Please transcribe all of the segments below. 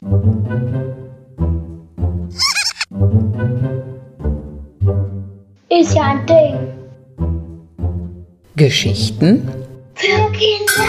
Ist ja ein Ding. Geschichten Für Kinder.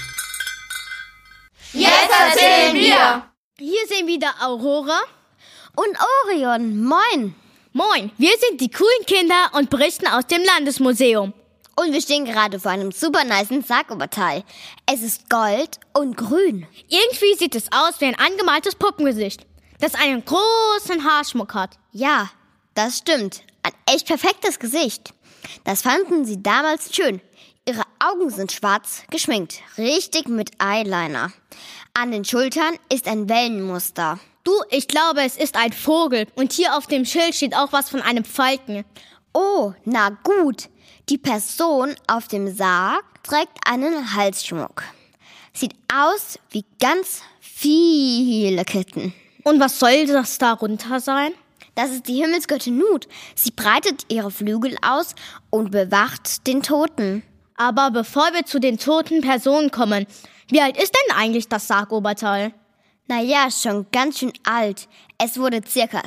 Jetzt erzählen wir! Hier sind wieder Aurora und Orion. Moin. Moin, wir sind die coolen Kinder und berichten aus dem Landesmuseum. Und wir stehen gerade vor einem super nicen Sargoberteil. Es ist gold und grün. Irgendwie sieht es aus wie ein angemaltes Puppengesicht, das einen großen Haarschmuck hat. Ja, das stimmt. Ein echt perfektes Gesicht. Das fanden sie damals schön. Ihre Augen sind schwarz geschminkt, richtig mit Eyeliner. An den Schultern ist ein Wellenmuster. Du, ich glaube, es ist ein Vogel. Und hier auf dem Schild steht auch was von einem Falken. Oh, na gut. Die Person auf dem Sarg trägt einen Halsschmuck. Sieht aus wie ganz viele Ketten. Und was soll das darunter sein? Das ist die Himmelsgöttin Nut. Sie breitet ihre Flügel aus und bewacht den Toten. Aber bevor wir zu den toten Personen kommen, wie alt ist denn eigentlich das Sargoberteil? Naja, schon ganz schön alt. Es wurde circa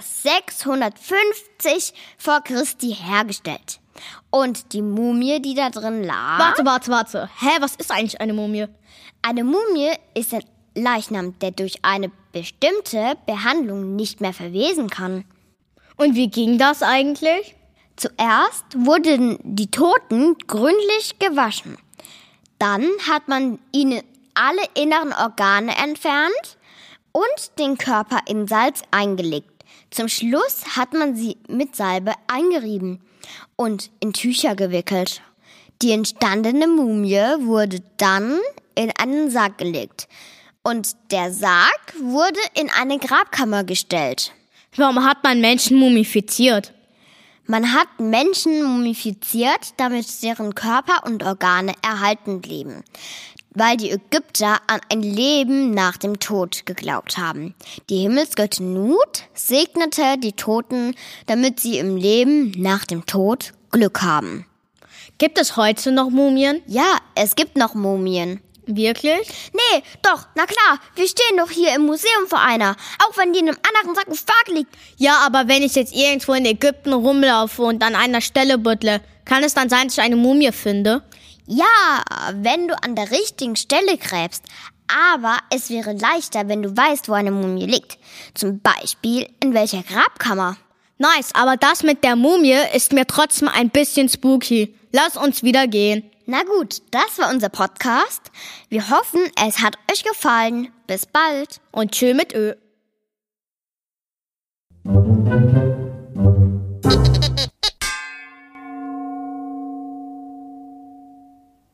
650 vor Christi hergestellt. Und die Mumie, die da drin lag... Warte. Hä, was ist eigentlich eine Mumie? Eine Mumie ist ein Leichnam, der durch eine bestimmte Behandlung nicht mehr verwesen kann. Und wie ging das eigentlich? Zuerst wurden die Toten gründlich gewaschen. Dann hat man ihnen alle inneren Organe entfernt und den Körper in Salz eingelegt. Zum Schluss hat man sie mit Salbe eingerieben und in Tücher gewickelt. Die entstandene Mumie wurde dann in einen Sarg gelegt und der Sarg wurde in eine Grabkammer gestellt. Warum hat man Menschen mumifiziert? Man hat Menschen mumifiziert, damit deren Körper und Organe erhalten blieben, weil die Ägypter an ein Leben nach dem Tod geglaubt haben. Die Himmelsgöttin Nut segnete die Toten, damit sie im Leben nach dem Tod Glück haben. Gibt es heute noch Mumien? Ja, es gibt noch Mumien. Wirklich? Nee, doch, na klar, wir stehen doch hier im Museum vor einer, auch wenn die in einem anderen Sarkophag liegt. Ja, aber wenn ich jetzt irgendwo in Ägypten rumlaufe und an einer Stelle buddle, kann es dann sein, dass ich eine Mumie finde? Ja, wenn du an der richtigen Stelle gräbst. Aber es wäre leichter, wenn du weißt, wo eine Mumie liegt. Zum Beispiel in welcher Grabkammer. Nice, aber das mit der Mumie ist mir trotzdem ein bisschen spooky. Lass uns wieder gehen. Na gut, das war unser Podcast. Wir hoffen, es hat euch gefallen. Bis bald. Und tschö mit Ö.